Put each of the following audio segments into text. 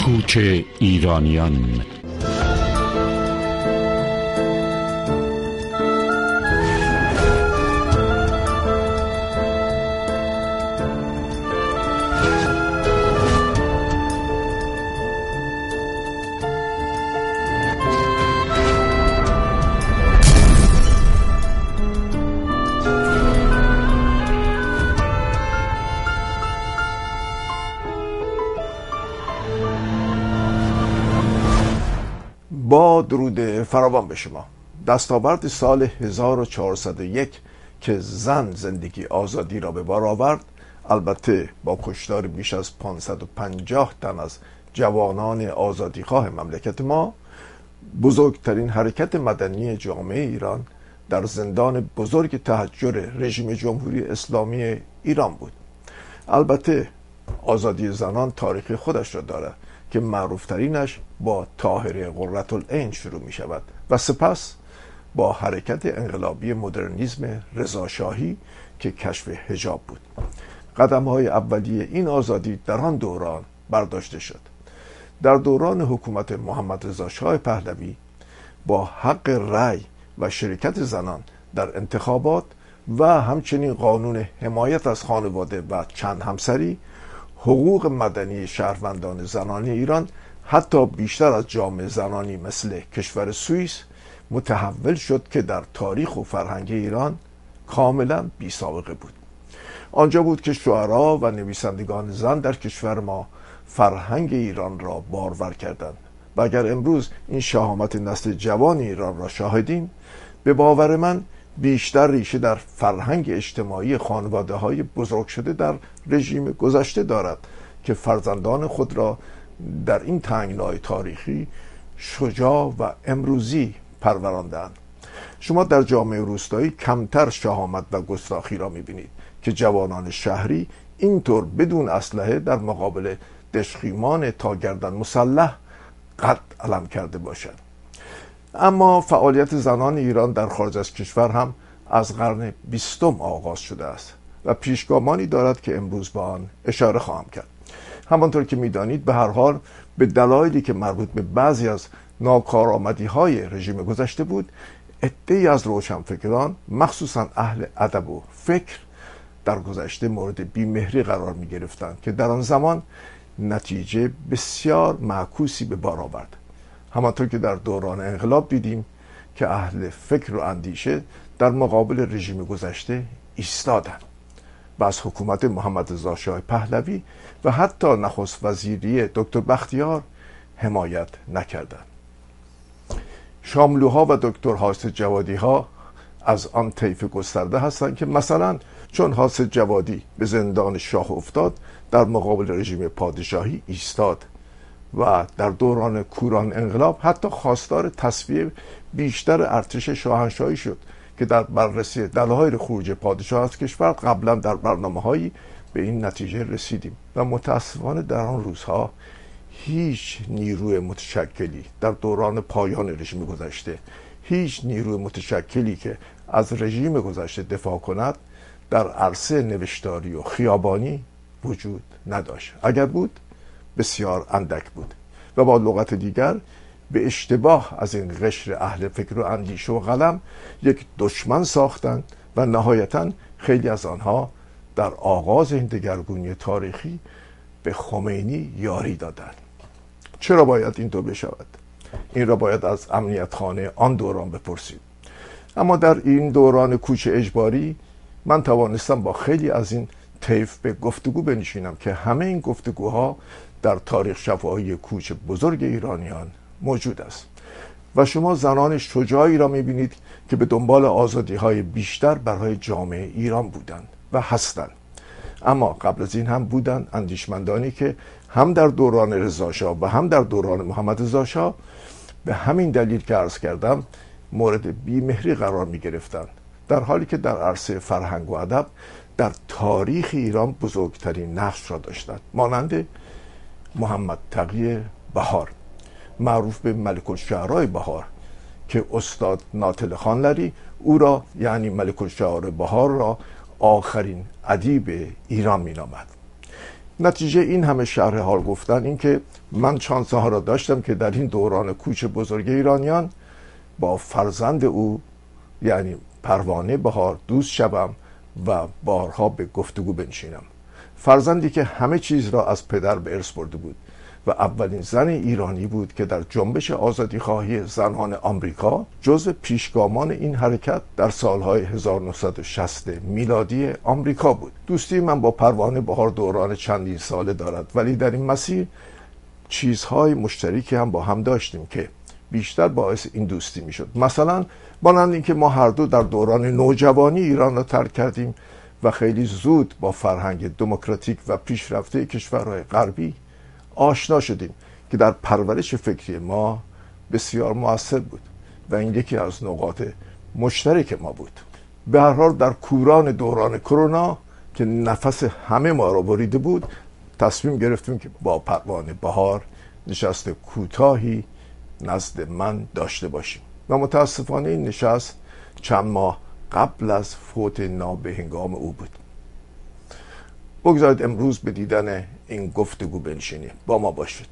کوچ ایرانیان. با درود فراوان به شما. دستاورد سال 1401 که زن زندگی آزادی را به بار آورد، البته با کشتار بیش از 550 تن از جوانان آزادیخواه مملکت ما، بزرگترین حرکت مدنی جامعه ایران در زندان بزرگ تحجر رژیم جمهوری اسلامی ایران بود. البته آزادی زنان تاریخ خودش را دارد که معروفترینش با طاهره قرةالعین شروع می شود و سپس با حرکت انقلابی مدرنیسم رضاشاهی که کشف حجاب بود. قدم‌های اولیه این آزادی در آن دوران برداشته شد. در دوران حکومت محمد رضا شاه پهلوی با حق رأی و شرکت زنان در انتخابات و همچنین قانون حمایت از خانواده و چند همسری، حقوق مدنی شهروندان زنانی ایران حتی بیشتر از جامعه زنانی مثل کشور سوئیس متحول شد که در تاریخ و فرهنگ ایران کاملا بی سابقه بود. آنجا بود که شعرا و نویسندگان زن در کشور ما فرهنگ ایران را بارور کردند و اگر امروز این شهامت نسل جوان ایران را شاهدیم، به باور من بیشتر ریشه در فرهنگ اجتماعی خانواده‌های بزرگ شده در رژیم گذشته دارد که فرزندان خود را در این تنگنای تاریخی شجاع و امروزی پروراندند. شما در جامعه روستایی کمتر شهامت و گستاخی را می‌بینید که جوانان شهری اینطور بدون اسلحه در مقابل دژخیمان تا گردن مسلح قد علم کرده باشند. اما فعالیت زنان ایران در خارج از کشور هم از قرن 20 آغاز شده است و پیشگامانی دارد که امروز با آن اشاره خواهم کرد. همانطور که می‌دانید به هر حال به دلایلی که مربوط به بعضی از ناکارآمدی‌های رژیم گذشته بود، عده‌ای از روشنفکران مخصوصا اهل ادب و فکر در گذشته مورد بیمهری قرار می‌گرفتند که در آن زمان نتیجه بسیار معکوسی به بار آورد. همانطور که در دوران انقلاب دیدیم که اهل فکر و اندیشه در مقابل رژیم گذشته ایستادند و از حکومت محمد رضا شاه پهلوی و حتی نخست وزیری دکتر بختیار حمایت نکردند. شاملوها و دکتر حاسد جوادی ها از آن طیف گسترده هستند که مثلا چون حاسد جوادی به زندان شاه افتاد در مقابل رژیم پادشاهی ایستاد و در دوران کوران انقلاب حتی خواستار تصفیه بیشتر ارتش شاهنشاهی شد که در بررسی دلایل خروج پادشاه از کشور قبلا در برنامه‌هایی به این نتیجه رسیدیم و متاسفانه در آن روزها هیچ نیروی متشکلی در دوران پایان رژیم گذشته، هیچ نیروی متشکلی که از رژیم گذشته دفاع کند در عرصه نوشتاری و خیابانی وجود نداشت. اگر بود بسیار اندک بود و با لغت دیگر به اشتباه از این قشر اهل فکر و اندیشه و قلم یک دشمن ساختند و نهایتاً خیلی از آنها در آغاز این دگرگونی تاریخی به خمینی یاری دادند. چرا باید اینطور بشود؟ این را باید از امنیت خانه آن دوران بپرسید. اما در این دوران کوچ اجباری من توانستم با خیلی از این طیف به گفتگو بنشینم که همه این گفتگوها در تاریخ شفاهی کوچ بزرگ ایرانیان موجود است و شما زنان شجاعی را می‌بینید که به دنبال آزادی‌های بیشتر برای جامعه ایران بودند و هستند. اما قبل از این هم بودند اندیشمندانی که هم در دوران رضاشاه و هم در دوران محمد رضا شاه به همین دلیل که عرض کردم مورد بیمهری قرار می‌گرفتند، در حالی که در عرصه فرهنگ و ادب در تاریخ ایران بزرگترین نقش را داشتند، مانند محمد تقی بهار معروف به ملک الشعراء بهار که استاد ناطل خانلری او را یعنی ملک الشعراء بهار را آخرین ادیب ایران مینامد. نتیجه این همه شرح حال گفتن این که من شانس ها را داشتم که در این دوران کوچ بزرگ ایرانیان با فرزند او یعنی پروانه بهار دوست شوم و بارها به گفتگو بنشینم. فرزندی که همه چیز را از پدر به ارث برده بود و اولین زن ایرانی بود که در جنبش آزادیخواهی زنان آمریکا جزو پیشگامان این حرکت در سالهای 1960 میلادی آمریکا بود. دوستی من با پروانه بهار دوران چندین ساله دارد، ولی در این مسیر چیزهای مشترکی هم با هم داشتیم که بیشتر باعث این دوستی میشد. مثلا مانند اینکه ما هر دو در دوران نوجوانی ایران را ترک کردیم و خیلی زود با فرهنگ دموکراتیک و پیشرفته کشورهای غربی آشنا شدیم که در پرورش فکری ما بسیار مؤثر بود و این یکی از نقاط مشترک ما بود. به هر حال در کوران دوران کرونا که نفس همه ما را بریده بود، تصمیم گرفتیم که با پروانه بهار نشست کوتاهی نزد من داشته باشیم و متاسفانه این نشست چند ماه قبل از فوت نابهنگام او بود. بگذارید امروز به دیدن این گفتگو بنشینیم. با ما باشید.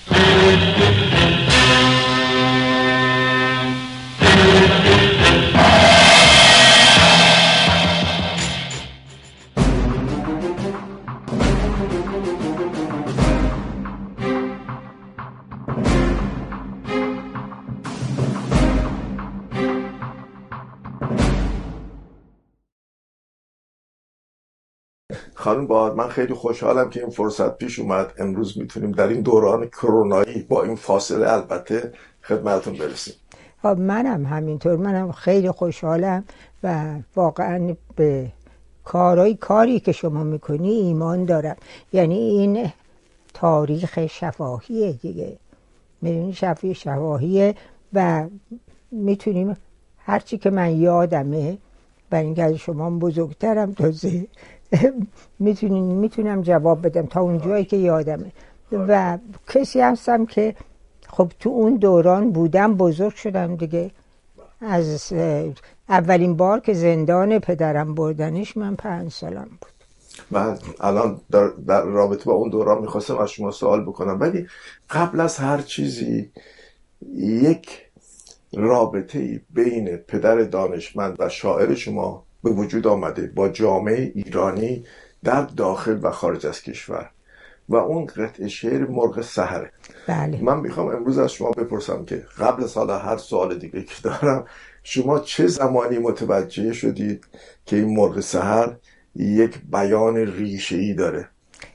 خانم بهار، من خیلی خوشحالم که این فرصت پیش اومد. امروز میتونیم در این دوران کرونایی با این فاصله البته خدمتتون برسیم. منم همینطور، منم خیلی خوشحالم و واقعا به کاری که شما میکنی ایمان دارم. یعنی این تاریخ شفاهیه دیگه، میدونی شفاهیه و میتونیم هرچی که من یادمه، برای اینکه از شما بزرگترم تازه میتونم جواب بدم تا اون جایی که یادمه و کسی هستم که خب تو اون دوران بودم، بزرگ شدم دیگه. از اولین بار که زندان پدرم بردنش من 5 سالم بود. من الان در رابطه با اون دوران میخواستم از شما سوال بکنم، ولی قبل از هر چیزی یک رابطه بین پدر دانشمند و شاعر شما به وجود آمده با جامعه ایرانی در داخل و خارج از کشور و اون قطعه شعر مرغ سحره. بله. من میخوام امروز از شما بپرسم که قبل از هر سوال دیگه که دارم، شما چه زمانی متوجه شدید که این مرغ سحر یک بیان ریشه‌ای داره؟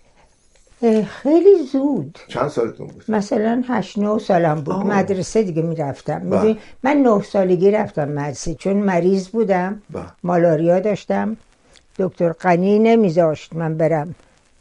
خیلی زود. چند سالتون بود؟ مثلا 8-9 سالم بود. مدرسه دیگه میرفتم. میدونی من 9 سالگی رفتم مدرسه چون مریض بودم. مالاریا داشتم. دکتر غنی نمیذاشت من برم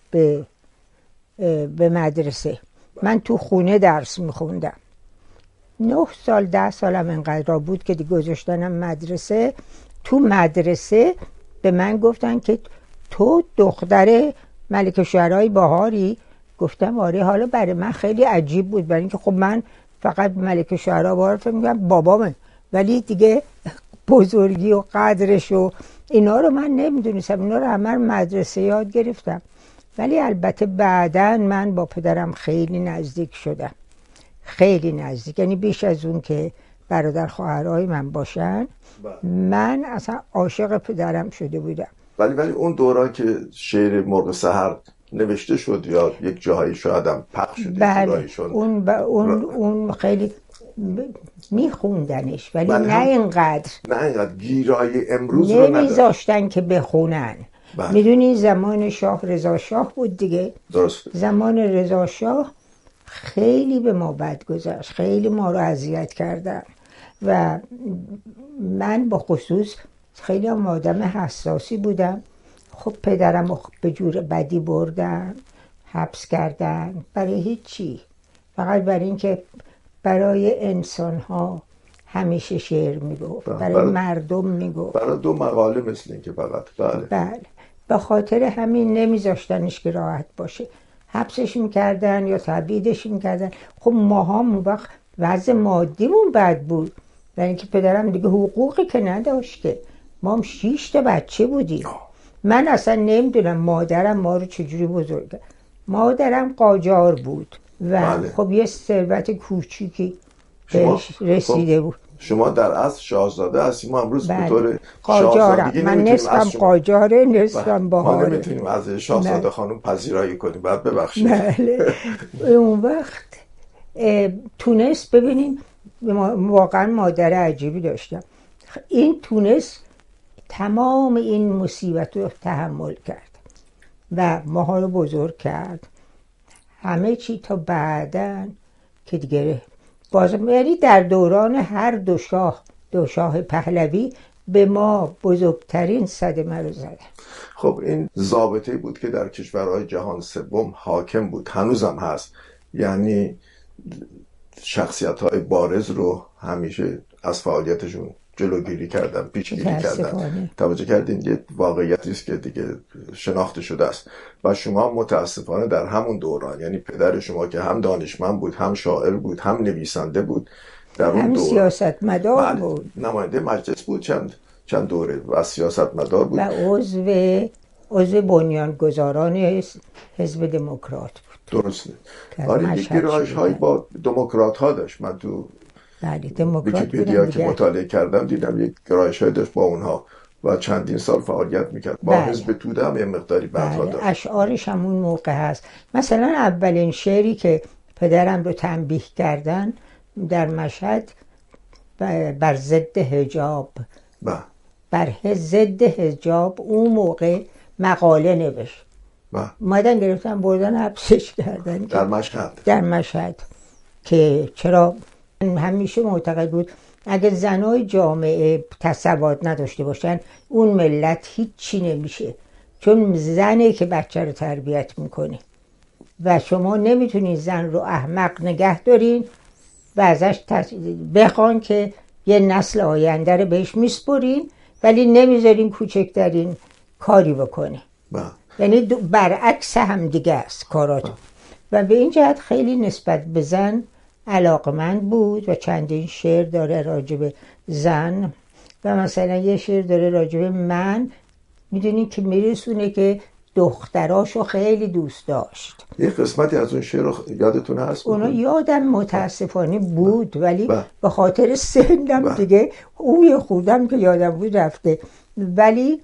به مدرسه. من تو خونه درس میخوندم. 9 سال 10 سالم انقدر بود که دیگه گذاشتنم مدرسه. تو مدرسه به من گفتن که تو دختر ملکه شعرهای بهاری. گفتم آره. حالا برای من خیلی عجیب بود، برای اینکه خب من فقط ملکه شعرهای بهار فکر می‌کردم بابامه، ولی دیگه بزرگی و قدرش و اینا رو من نمیدونستم. اینا رو همه مدرسه یاد گرفتم. ولی البته بعداً من با پدرم خیلی نزدیک شدم، خیلی نزدیک، یعنی بیش از اون که برادر خواهرای من باشن. من اصلا عاشق پدرم شده بودم. ولی اون دوران که شعر مرغ سحر نوشته شد یا یک جایی شاید هم پخش شد، بله اون خیلی میخوندنش، ولی نه اینقدر گیرای امروز رو نمیذاشتن که بخونن. میدونی زمان شاه رضا شاه بود دیگه. درست. زمان رضا شاه خیلی به ما بد گذشت، خیلی ما رو اذیت کردن و من با خصوص خیلی هم آدم حساسی بودم. خب پدرم به جور بدی بردن، حبس کردن، برای هیچی، فقط برای اینکه برای انسان‌ها همیشه شعر میگفت، برای مردم میگفت، برای 2 مقاله مثل این که فقط. بله. به خاطر همین نمیذاشتنش که راحت باشه، حبسش میکردن یا تبعیدش میکردن. خب ماها اون وقت وضع مادیمون بد بود، برای اینکه پدرم دیگه حقوقی که نداشت که. ما هم 6 تا بچه بودیم. من اصلا نمیدونم مادرم ما رو چجوری بزرگ کرد. مادرم قاجار بود و بله. خب یه ثروت کوچیکی بهش رسیده بود. شما در اصل شاهزاده هستی، ما امروز به طور قاجارم. شاهزادگی من نمیتونیم نصفم از شما قاجاره نصفم ما بهاره. نمیتونیم از شاهزاده خانم پذیرایی کنیم، بعد ببخشید. بله. اون وقت تونست، ببینیم واقعا مادر عجیبی داشتم، این تونست تمام این مصیبت رو تحمل کرد و ماها رو بزرگ کرد همه چی تا بعدن که دیگه باز، یعنی در دوران هر دو شاه پهلوی به ما بزرگترین صدمه رو زدن. خب این ضابطه‌ای بود که در کشورهای جهان سوم حاکم بود، هنوزم هست، یعنی شخصیت‌های بارز رو همیشه از فعالیتشون جلوگیری کردن، پیشگیری کردن. توجه کردین یه واقعیتی است که دیگه شناخته شده است و شما متاسفانه در همون دوران، یعنی پدر شما که هم دانشمند بود، هم شاعر بود، هم نویسنده بود، در اون هم دور سیاستمدار بود، نماینده مجلس بود چند دوره و سیاستمدار بود و عضو بنیانگذاران حزب دموکرات بود. درسته. آره، یک گرایش‌هایی با دموکرات ها داشت. من تو ویکی‌پدیا که مطالعه کردم دیدم یک گرایش‌هایی داشت با اونها و چندین سال فعالیت میکرد. با حزب توده هم یه مقداری بعدها داشت. اشعارش هم اون موقع هست. مثلا اولین شعری که پدرم رو تنبیه کردن در مشهد بر ضد حجاب، بر ضد حجاب اون موقع مقاله نوشت. اومدن گرفتن بردن حبسش کردن در مشهد که چرا همیشه معتقد بود اگه زنای جامعه تصوات نداشته باشن اون ملت هیچی نمیشه، چون زنه که بچه رو تربیت میکنه و شما نمیتونین زن رو احمق نگه دارین و ازش بخوان که یه نسل آینده رو بهش میسپرین ولی نمیذارین کوچکترین کاری بکنه. یعنی برعکس هم دیگه است کارات. و به این جهت خیلی نسبت به زن علاقمند بود و چندین شعر داره راجب زن و مثلا یه شعر داره راجب من، میدونی که میرسونه که دختراشو خیلی دوست داشت. یه قسمتی از اون شعر رو یادتون هست؟ اونا یادم متاسفانه بود ولی به خاطر سنم دیگه اوی خودم که یادم بود رفته، ولی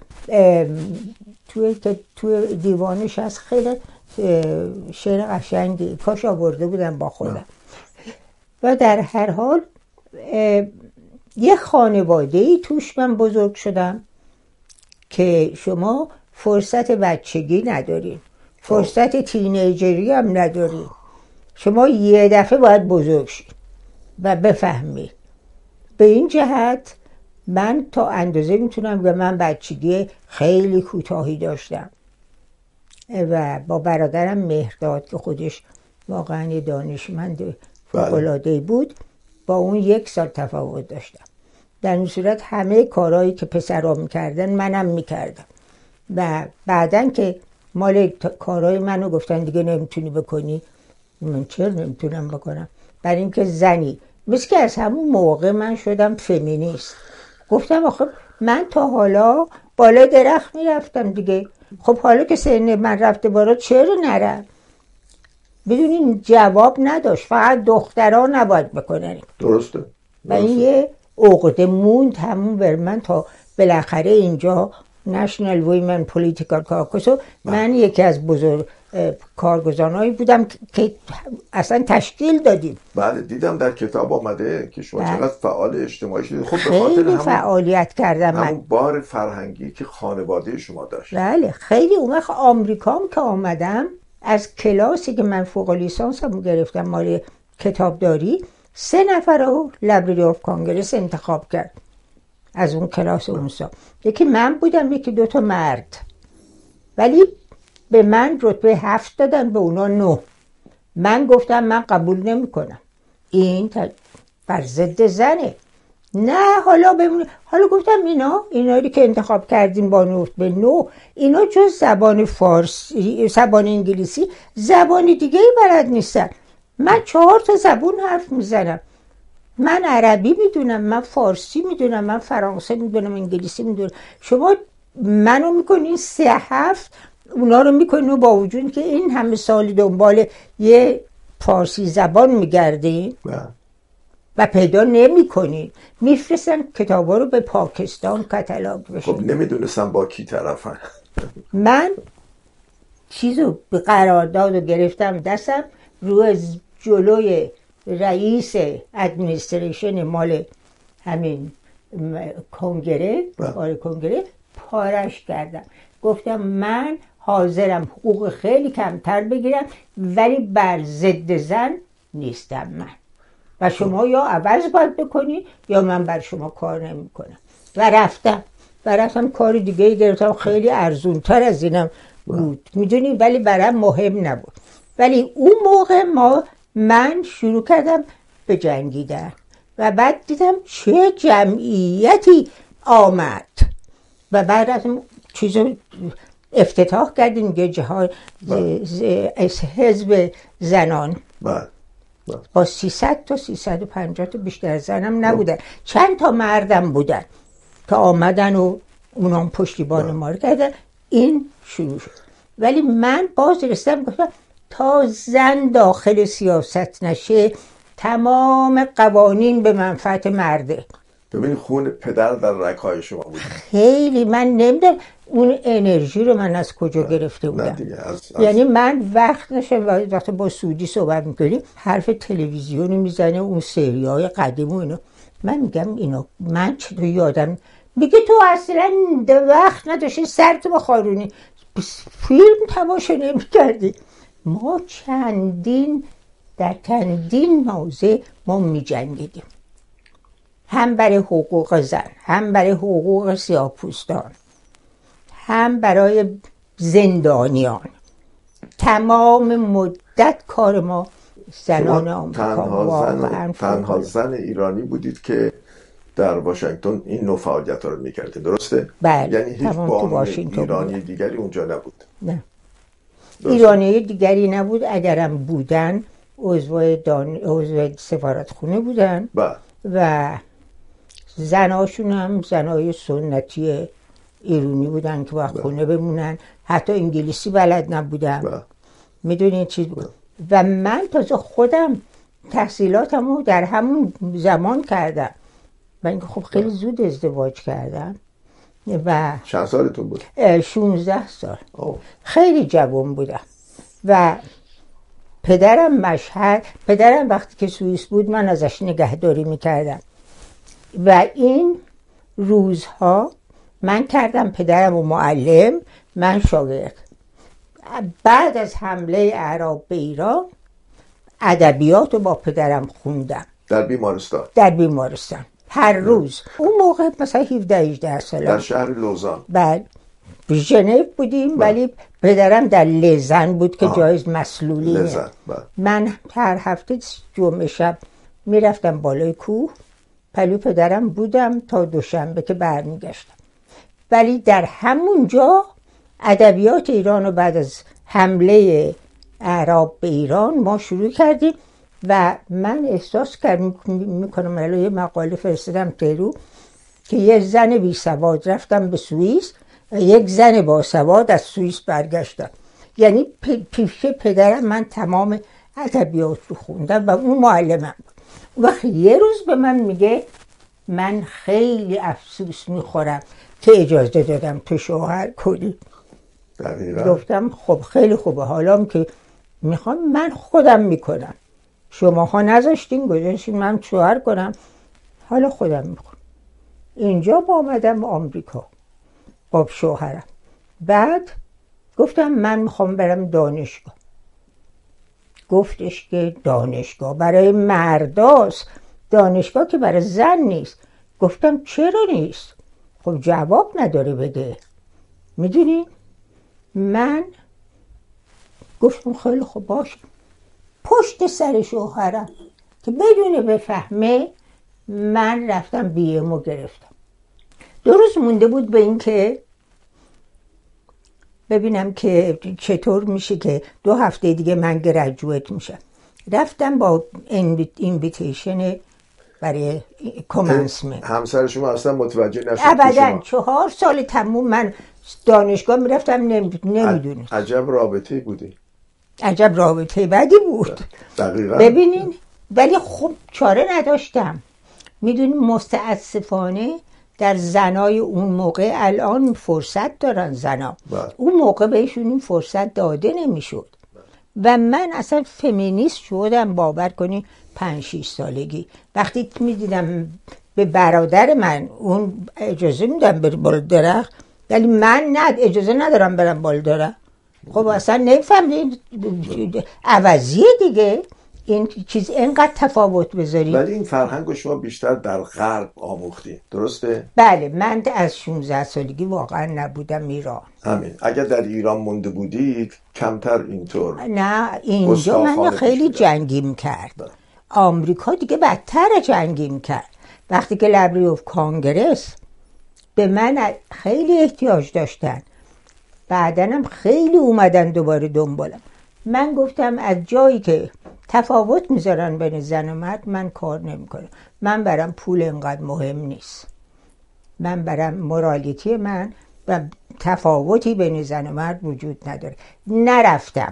توی دیوانش هست. خیلی شعر قشنگی، کاش آورده بودم با خودم. و در هر حال یه خانواده‌ای توش من بزرگ شدم که شما فرصت بچگی ندارین، فرصت تینیجری هم ندارین، شما یه دفعه باید بزرگ شید و بفهمید. به این جهت من تا اندازه میتونم که من بچگی خیلی کوتاهی داشتم و با برادرم مهرداد که خودش واقعا یه دانشمند فوق‌العاده‌ای بود با اون 1 سال تفاوت داشتم. در این صورت همه کارهایی که پسرها میکردن منم میکردم و بعدن که مال کارهای منو گفتن دیگه نمیتونی بکنی، من چرا نمیتونم بکنم؟ برای اینکه زنی، مثل که از همون موقع من شدم فمینیست. گفتم آخه من تا حالا بالا درخت میرفتم دیگه، خب حالا که سن من رفته بالا چرا نرم؟ بدونین جواب نداشت، فقط دخترها نباید بکنن. درسته. و این یه عقده موند همون بر من تا بالاخره اینجا نشنال ویمن پولیتیکال کاکوس من یکی از بزرگ کارگزارانایی بودم که اصلا تشکیل دادیم. بله دیدم در کتاب آمده که شما چقدر فعال اجتماعی شدید. خب خیلی فعالیت کردم من. همون بار فرهنگی که خانواده شما داشت. بله خیلی. اون وقت آمریکام که آمدم از کلاسی که من فوق لیسانسم گرفتم مال کتابداری 3 نفر رو لایبرری آف کانگرس انتخاب کرد از اون کلاس اون سال. یکی من بودم، یکی 2 تا مرد، ولی به من رتبه 7 دادن به اونا 9. من گفتم من قبول نمی کنم، این بر ضد زنه. نه حالا بمونه. حالا گفتم اینایی که انتخاب کردیم با رتبه 9 اینا جز زبان فارسی، زبان انگلیسی، زبان دیگه ای بلد نیستن. من 4 تا زبان حرف میزنم. من عربی میدونم، من فارسی میدونم، من فرانسه میدونم، انگلیسی میدونم. شما منو میکنین 3-7 اونا رو میکنیم و با وجود که این همه سال دنبال یه فارسی زبان میگردیم و پیدا نمی کنید، میفرستن کتابا رو به پاکستان کاتالوگ بشه. خب نمیدونستم با کی طرفن. من چیزو به قرارداد رو گرفتم دستم، رو جلوی رئیس ادمنستریشن مال همین کنگره پارش کردم، گفتم من حاضرم حقوق خیلی کمتر بگیرم ولی بر ضد زن نیستم من و شما یا عوض باید بکنی یا من بر شما کار نمی کنم. و رفتم کار دیگه گرفتم خیلی ارزونتر از اینم بود میدونی، ولی برام مهم نبود. ولی اون موقع من شروع کردم به جنگیدن و بعد دیدم چه جمعیتی آمد و بعد از چیزو افتتاح کردیم که جهاد حزب زنان با 300 تا 350 تا بیشتر زنم نبودن، چند تا مردم بودن که آمدن و اونام پشتیبان ما رو کردن. این شروع شد. ولی من باز رسیدم گفتم تا زن داخل سیاست نشه تمام قوانین به منفعت مرده. ببین خون پدر در رگ‌های شما بود. خیلی من نمیدونم اون انرژی رو من از کجا گرفته بودم. یعنی من وقت نشم وقتی با سعودی صحبت میکنیم حرف تلویزیونی میزنه اون سریای قدیم و اینا، من میگم اینا من چطور یادم، میگه تو اصلا وقت نداشتی سرتو بخارونی فیلم تماشا نمیکردی. ما در چندین موضع ما میجنگیدیم، هم برای حقوق زن، هم برای حقوق سیاه‌پوستان، هم برای زندانیان. تمام مدت کار ما زنان آمریکا تنها زن ایرانی بودید که در واشنگتن این نوع فعالیت‌ها رو می‌کردید، درسته؟ بله. یعنی هیچ بانو ایرانی دیگری اونجا نبود. نه. ایرانی دیگری نبود، اگرم بودن عضو سفارتخونه بودن. و زناشون هم زنای سنتی ایرانی بودن که باید خونه بمونن، حتی انگلیسی بلد نبودن. میدونین چیز بود. و من تازه خودم تحصیلاتمو در همون زمان کردم. من خب خیلی زود ازدواج کردم و چند سالتون بود؟ 16 سال. خیلی جوان بودم و پدرم وقتی که سوئیس بود من ازش نگهداری میکردم و این روزها من کردم پدرم و معلم، من شاگرد. بعد از حمله اعراب به ایران ادبیات رو با پدرم خوندم در بیمارستان هر روز. اون موقع مثلا 17-18 ساله در شهر لوزان. بله ژنو بودیم. ولی پدرم در لزن بود که جایز مسلولی. من هر هفته جمعه شب میرفتم بالای کوه پلو پدرم بودم تا دوشنبه که برمیگشتم. ولی در همونجا ادبیات ایران رو بعد از حمله اعراب به ایران ما شروع کردیم و من احساس میکنم الان یه مقاله فرستادم تهرو که یه زن بی سواد رفتم به سوئیس و یک زن با سواد از سوئیس برگشتم. یعنی پیش پدرم من تمام ادبیات رو خوندم و اون معلمم بود. و یه روز به من میگه من خیلی افسوس میخورم که اجازه دادم تو شوهر کنی. گفتم خب خیلی خوبه، حالا که میخوام من خودم میکنم، شماها نذاشتین گذاشتین من شوهر کنم، حالا خودم میکنم. اینجا با آمدم آمریکا با شوهرم. بعد گفتم من میخوام برم دانشگاه. گفتش که دانشگاه برای مرداست، دانشگاه که برای زن نیست. گفتم چرا نیست؟ خب جواب نداره بده. میدونی من گفتم خیلی خوب باشه. پشت سر شوهرم که بدون بفهمه من رفتم بیمو گرفتم. 2 روز مونده بود به این که ببینم که چطور میشه که 2 هفته دیگه من گریجویت میشم. رفتم با اینویتیشن برای کامنسمنت. همسر شما اصلا متوجه نشد؟ ابدا 4 سال تموم من دانشگاه میرفتم نمیدونست. عجب رابطه بودی. عجب رابطه بدی بود. دقیقا. ببینین ولی خب چاره نداشتم. میدونیم متاسفانه در زنای اون موقع الان فرصت دارن زنا، اون موقع بهشون این فرصت داده نمیشد و من اصلا فمینیست شدم باور کنی 5-6 سالگی وقتی میدیدم به برادر من اون اجازه میدم بره بالا درخت ولی من اجازه ندارم برم بالا درخت. خب اصلا نفهمید عوضیه دیگه این چیز اینقدر تفاوت بذاری. ولی این فرهنگ شما بیشتر در غرب آموختی، درسته؟ بله من از 16 سالگی واقعا نبودم ایران. همین. اگر در ایران مونده بودید کمتر اینطور. نه اینجا من خیلی جنگیم کرد. آمریکا دیگه بدتر جنگیم کرد. وقتی که لایبرری اف کانگرس به من خیلی احتیاج داشتن بعدنم خیلی اومدن دوباره دنبالم. من گفتم از جایی که تفاوت میذارن بین زن و مرد من کار نمیکنم. من برام پول اینقدر مهم نیست. من برام مورالیتی من و تفاوتی بین زن و مرد وجود نداره. نرفتم.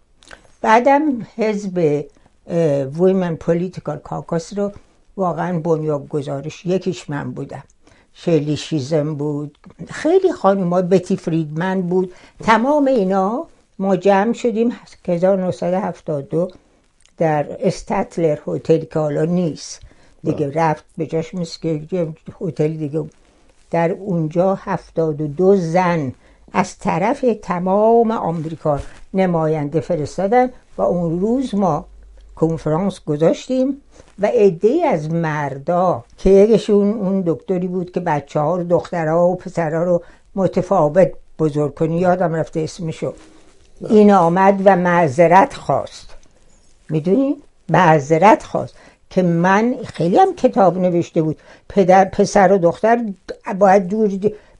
بعدم حزب ویمن پولیتیکال کاکاس رو واقعا بنیانگذارش یکیش من بودم. شیلی شیزم بود، خیلی خانوما، بتی فریدمن بود، تمام اینا ما جمع شدیم 1972 در استاتلر هتل که حالا نیست دیگه رفت به جاش مثل که هتل دیگه. در اونجا 72 زن از طرف تمام آمریکا نماینده فرستادن و اون روز ما کنفرانس گذاشتیم و عده‌ای از مردا که یکیشون اون دکتری بود که بچه‌ها رو دخترها و پسرها رو متفاوت بزرگ کنی، یادم رفته اسمشو، این آمد و معذرت خواست. میدونی؟ معذرت خواست که من خیلی هم کتاب نوشته بود پسر و دختر باید دور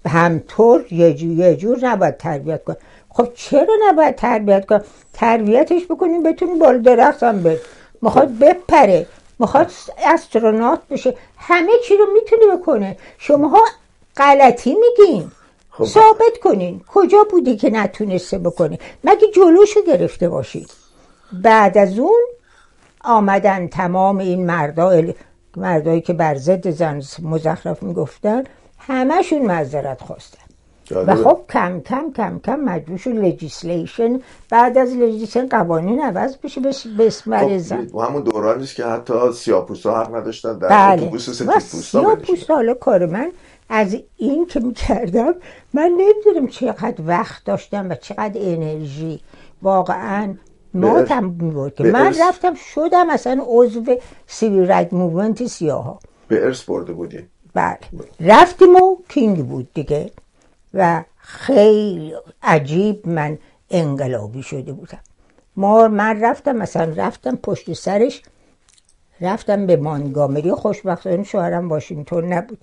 همطور یه جور نباید تربیت کن. خب چرا نباید تربیت کن؟ تربیتش بکنیم بتونی بالا درخت هم بره، میخواد بپره، میخواد استرونات بشه، همه چی رو میتونی بکنه. شماها غلطی میگین. خب ثابت کنین کجا بودی که نتونسته بکنه، مگه جلوشو گرفته باشید. بعد از اون آمدن تمام این مردایی که بر ضد زن مزخرف میگفتن همشون معذرت خواستن و خب کم کم مجبور شد لجیسلیشن، بعد از لجیسلیشن قوانین عوض بشه به اسم زن. خب همون دورانی است که حتی سیاه‌پوستا حق نداشتن در اتوبوس سفیدپوستا بنشینن. سیاه‌پوستا حالا کار من از این که میکردم، من نمیدونم چقدر وقت داشتم و چقدر انرژی واقعا ماتم میبود که من رفتم شدم اصلا عضو سیویل رایت موومنت سیاها. به ارث برده بودی؟ بله. رفتیم و کینگ بود دیگه و خیلی عجیب من انقلابی شده بودم. من رفتم پشت سرش، رفتم به مانگامری، خوشبختانه شوهرم واشنگتن نبود،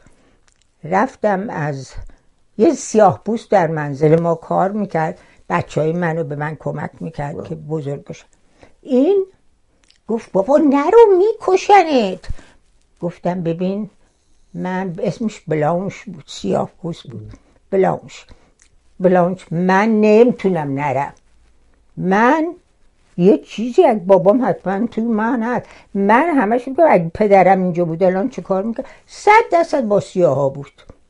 رفتم از یه سیاه‌پوست در منزل ما کار میکرد، بچهای منو به من کمک میکرد که بزرگ بشن. این گفت بابا نرو میکشنت. گفتم ببین من اسمش بلانش بود، سیاه‌پوست بود، بلانش من نمیتونم نرم. من یه چیزی از بابام حتما توی من هست. من همش میگم اگه پدرم اینجا بود الان چه کار میکرد؟ 100% با سیاها بود.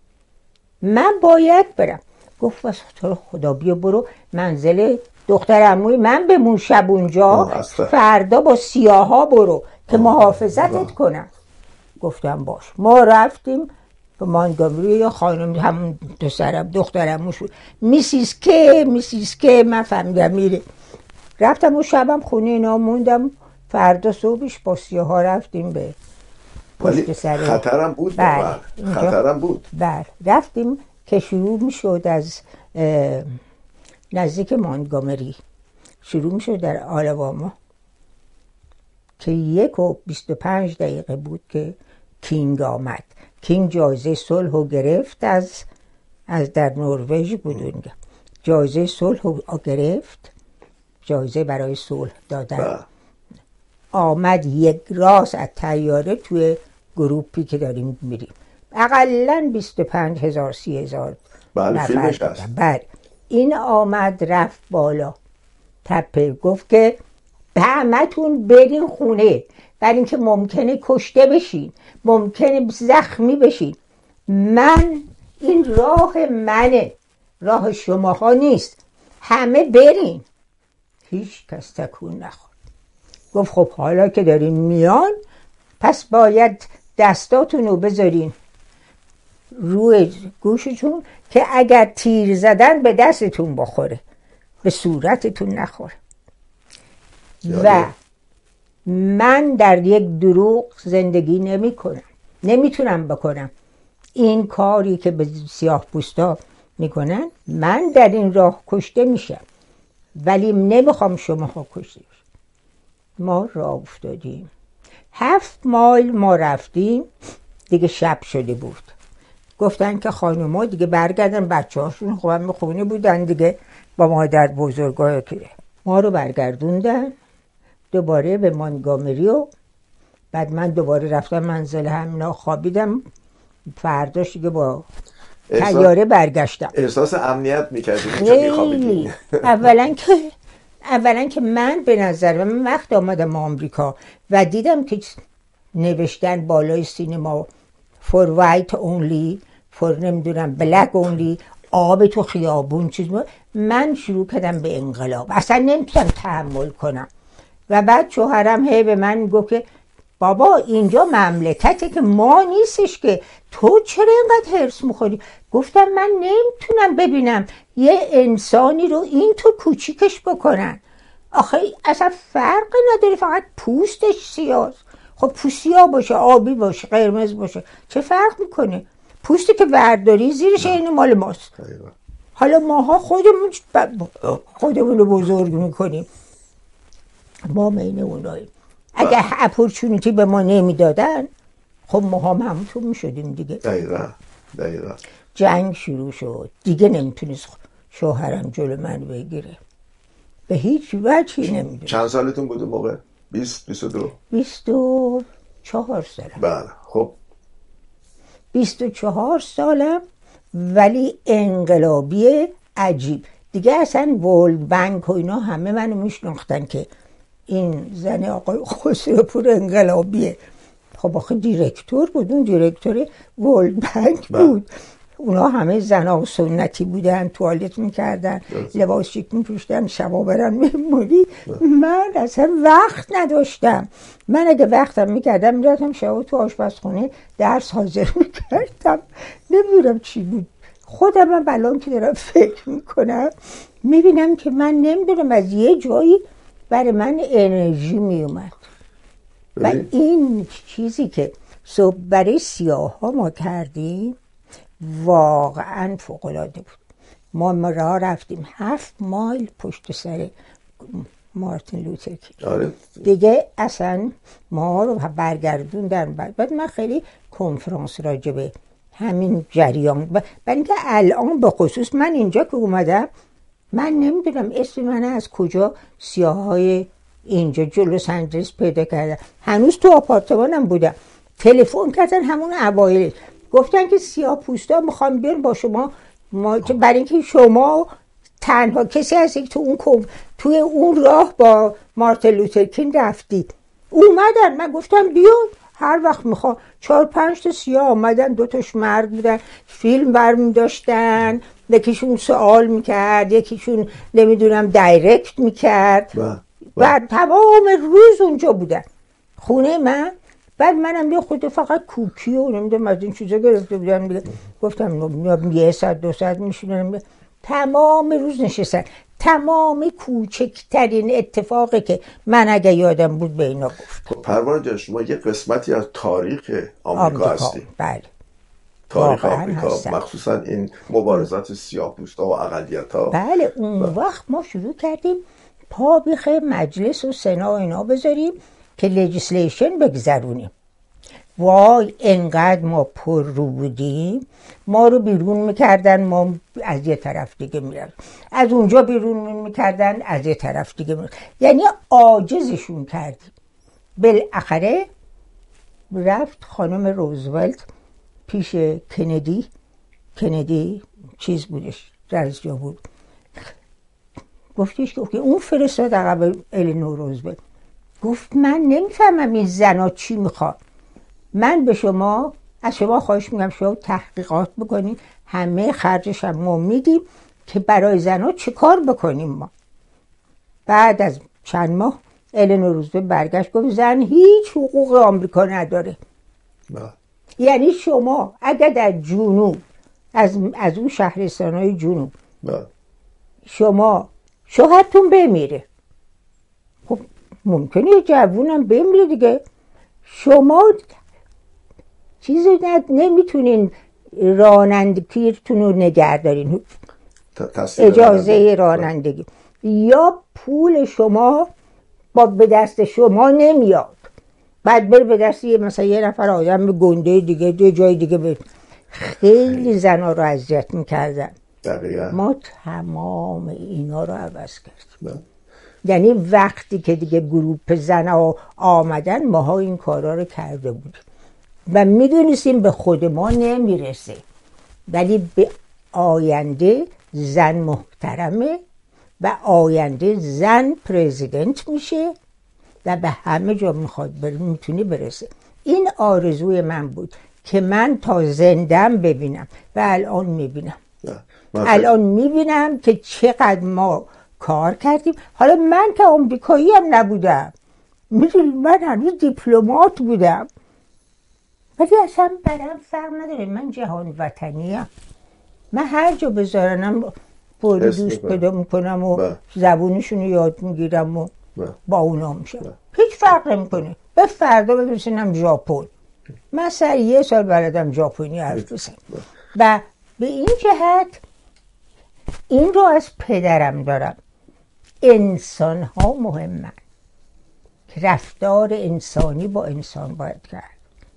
من باید برم. گفت واسه خدا بیا برو منزل دختر عموی من بمون شب اونجا، فردا با سیاها برو که محافظتت کنم. گفتم باش. ما رفتیم به مانگامری، یا خانم همون دختر عموش بود، میسیس که من فهمیدم میره. رفتم و شبم خونه اینا موندم، فردا صبحش با سیاها رفتیم به پشت سر. خطرم بود. بله. خطرم بود. بله. رفتیم که شروع میشد از نزدیک مانگامری، شروع میشد در آلاباما که 1:25 بود که کینگ آمد. کینگ جایزه صلح رو گرفت از در نروژ بود اونجا. جایزه صلح رو گرفت، جایزه برای صلح دادن. آمد یک راست از طیاره توی گروپی که داریم میریم، اقلن 25,000 30,000 بله فیلمش هست. بله. این آمد رفت بالا تپه، گفت که به همتون برین خونه، برای اینکه ممکنه کشته بشین، ممکنه زخمی بشین. من این راه منه، راه شماها نیست، همه برین. هیچ کس تکون نخورد. گفت خب حالا که دارین میان، پس باید دستاتون رو بذارین روی گوشتون که اگر تیر زدن به دستتون بخوره، به صورتتون نخوره. و من در یک دروغ زندگی نمیتونم بکنم. این کاری که به سیاه پوستا میکنن، من در این راه کشته میشم، ولی نمیخوام شماها کشته بشید. ما راه افتادیم، 7 مایل ما رفتیم، دیگه شب شده بود. گفتن که خانوما دیگه برگردن، بچه هاشون خوبم خونه بودن دیگه، با مادر بزرگای که ما رو برگردوندن دوباره به مانگامری. و بعد من دوباره رفتم منزل همینا خوابیدم. فرداش دیگه با طیاره برگشتم. احساس امنیت میکردی اینجا میخوابیدی؟ اولا که من به نظر من وقت آمدم آمریکا و دیدم که نوشتن بالای سینما for white only، for نمیدونم black only، آب تو خیابون چیز من شروع کردم به انقلاب. اصلا نمیتونم تحمل کنم. و بعد شوهرم هی به من گفت که بابا اینجا مملکته که ما نیستش که، تو چرا اینقدر هرس میخوری؟ گفتم من نمیتونم ببینم یه انسانی رو این تو کوچیکش بکنن. آخه اصلا فرق نداره، فقط پوستش سیاه. خب پوست سیاه باشه، آبی باشه، قرمز باشه، چه فرق میکنه؟ پوستی که برداری زیرش این مال ماست. حالا ماها خودمون رو بزرگ میکنیم، ما مین اوناییم. اگه اپورچونیتی به ما نمیدادن، خب ما هم همونطور میشدیم دیگه. دقیقا. جنگ شروع شد، دیگه نمیتونست شوهرم جلو من بگیره، به هیچ وجهی نمیدونست. چند سالتون بود اون موقع؟ 22 24 سالم. بله. خب 24 سالم، ولی انقلابی عجیب دیگه. اصلا ورلد بانک و اینا همه منو میشناختن که این زن آقای خسروپور انقلابیه. خب آخه دیرکتور بود، اون دیرکتور ورلد بانک بود. اونا همه زنها سنتی بودن، توالت میکردن، لباس شیک میپوشتن، شبا برن مهمونی. من اصلا وقت نداشتم. من اگه وقتم میکردم میرفتم شبا تو آشپزخونه درس حاضر میکردم. نمیدونم چی بود. خودم هم الان که دارم فکر میکنم میبینم که من نمیدونم از یه جایی برای من انرژی میومد. و این چیزی که صبح برای سیاه ها ما کردیم واقعا فوق‌العاده بود. ما راه رفتیم 7 مایل پشت سر مارتین لوتر کینگ. دیگه اصلا ما رو برگردوندن. بعد من خیلی کنفرانس راجبه همین جریان، برای اینکه الان به خصوص من اینجا که اومدم، من نمیدونم اسم من از کجا سیاه‌های اینجا جلو سندرس پیدا کردن. هنوز تو آپارتمانم بودم، تلفن کردن همون اوایل، گفتن که سیاه پوستا میخوام بیان با شما، برای اینکه شما تنها کسی هستی که توی اون راه با مارتین لوتر کینگ رفتی. اومدن، من گفتم بیان هر وقت میخوام. 4-5 تا سیاه آمدن، 2 تاش مرد بودن، فیلم برمی داشتن، یکیشون سوال میکرد، یکیشون نمیدونم دایرکت میکرد و تمام روز اونجا بودن خونه من. بعد منم یه خود فقط کوکی و نمیدونم از این چیزا گرفته بودم دیگه. گفتم 1 ساعت 2 ساعت میشونم، تمام روز نشستن. تمام کوچکترین اتفاقی که من اگه یادم بود به اینا گفتم. پروانه جان، شما یه قسمتی از تاریخ آمریکا هستی. بله، تاریخ آمریکا، مخصوصا این مبارزات سیاه‌پوستا و اقلیت‌ها. بله، اون وقت ما شروع کردیم پا بیخ مجلس و سنا و اینا بذاریم که لجیسلیشن بگذرونیم. وای انقدر ما پر رو بودیم، ما رو بیرون میکردن، ما از یه طرف دیگه میرم، از اونجا بیرون میکردن، از یه طرف دیگه میرم. یعنی عاجزشون کردیم. بالاخره رفت خانم روزولت پیش کندی چیز بودش، رئیس جمهور، گفتش که اون فرستاد عقب الینور روزولت. گفت من نمیفهمم این زنا چی میخواد. من به شما، از شما خواهش میگم شما تحقیقات بکنید، همه خرجش هم ما میدیم که برای زنا چه کار بکنیم ما. بعد از چند ماه الینور روزولت برگشت گفت زن هیچ حقوق آمریکا نداره. یعنی شما اگر در جنوب از اون شهرستانهای جنوب شما شوهرتون بمیره، خب ممکنه یه جوونم بمیره دیگه، شما چیزی نمیتونین رانندگیتون رو نگه دارین، اجازه رانندگی، یا پول شما به دست شما نمیاد، بعد بره به دست مثلا یه نفر آدم گنده دیگه یه جای دیگه خیلی زنا رو اذیت میکردن. ما تمام اینا رو عوض کردیم. یعنی وقتی که دیگه گروپ زنا آمدن ماها این کارا رو کرده بودیم و میدونستیم به خود ما نمیرسه، ولی به آینده زن محترمه و آینده زن پرزیدنت میشه و به همه جا میتونه برسه. این آرزوی من بود که من تا زندم ببینم و الان میبینم. الان میبینم که چقدر ما کار کردیم. حالا من که آمریکایی هم نبودم، میدونی من هنوز دیپلمات بودم، ولی اصلا برام فرق نداره، من جهان وطنیم. من هر جا بذارنم فوری دوست پیدا میکنم و زبونشون رو یاد میگیرم و با اونا میشم، هیچ فرق نمیکنه. به فردا ببینم ژاپن، من سر 1 سال بلدم ژاپنی حرف بزنم. و به این جهت این رو از پدرم دارم، انسان ها مهمن که رفتار انسانی با انسان باید کرد،